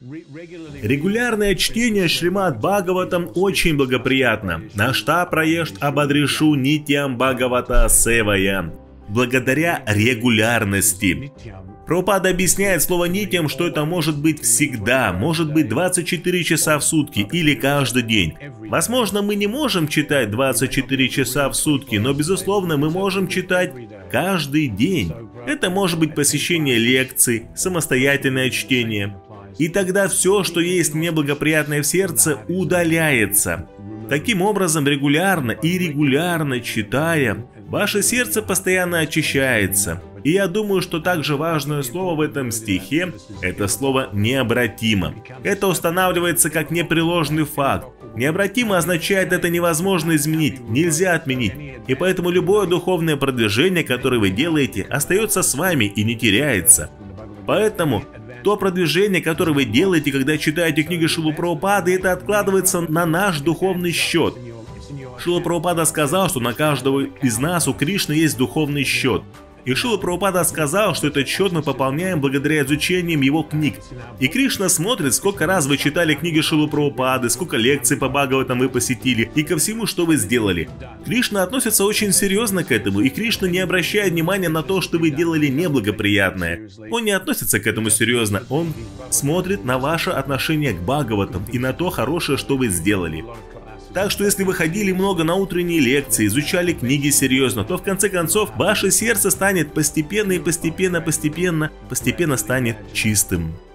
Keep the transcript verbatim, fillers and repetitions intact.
Регулярное чтение Шримад Бхагаватам очень благоприятно. Нашта проешт абадришу нитям Бхагавата севая. Благодаря регулярности. Прабхупада объясняет слово нитям, что это может быть всегда, может быть двадцать четыре часа в сутки или каждый день. Возможно, мы не можем читать двадцать четыре часа в сутки, но безусловно мы можем читать каждый день. Это может быть посещение лекций, самостоятельное чтение. И тогда все, что есть неблагоприятное в сердце, удаляется. Таким образом, регулярно и регулярно читая, ваше сердце постоянно очищается. И я думаю, что также важное слово в этом стихе – это слово «необратимо». Это устанавливается как непреложный факт. Необратимо означает, это невозможно изменить, нельзя отменить. И поэтому любое духовное продвижение, которое вы делаете, остается с вами и не теряется. Поэтому то продвижение, которое вы делаете, когда читаете книги Шрилы Прабхупады, это откладывается на наш духовный счет. Шрила Прабхупада сказал, что на каждого из нас у Кришны есть духовный счет. И Шрила Прабхупада сказал, что этот счет мы пополняем благодаря изучениям его книг. И Кришна смотрит, сколько раз вы читали книги Шрилы Прабхупады, сколько лекций по Бхагаватам вы посетили, и ко всему, что вы сделали. Кришна относится очень серьезно к этому, и Кришна не обращает внимания на то, что вы делали неблагоприятное. Он не относится к этому серьезно, он смотрит на ваше отношение к Бхагаватам и на то хорошее, что вы сделали. Так что если вы ходили много на утренние лекции, изучали книги серьезно, то в конце концов ваше сердце станет постепенно и постепенно, постепенно, постепенно станет чистым.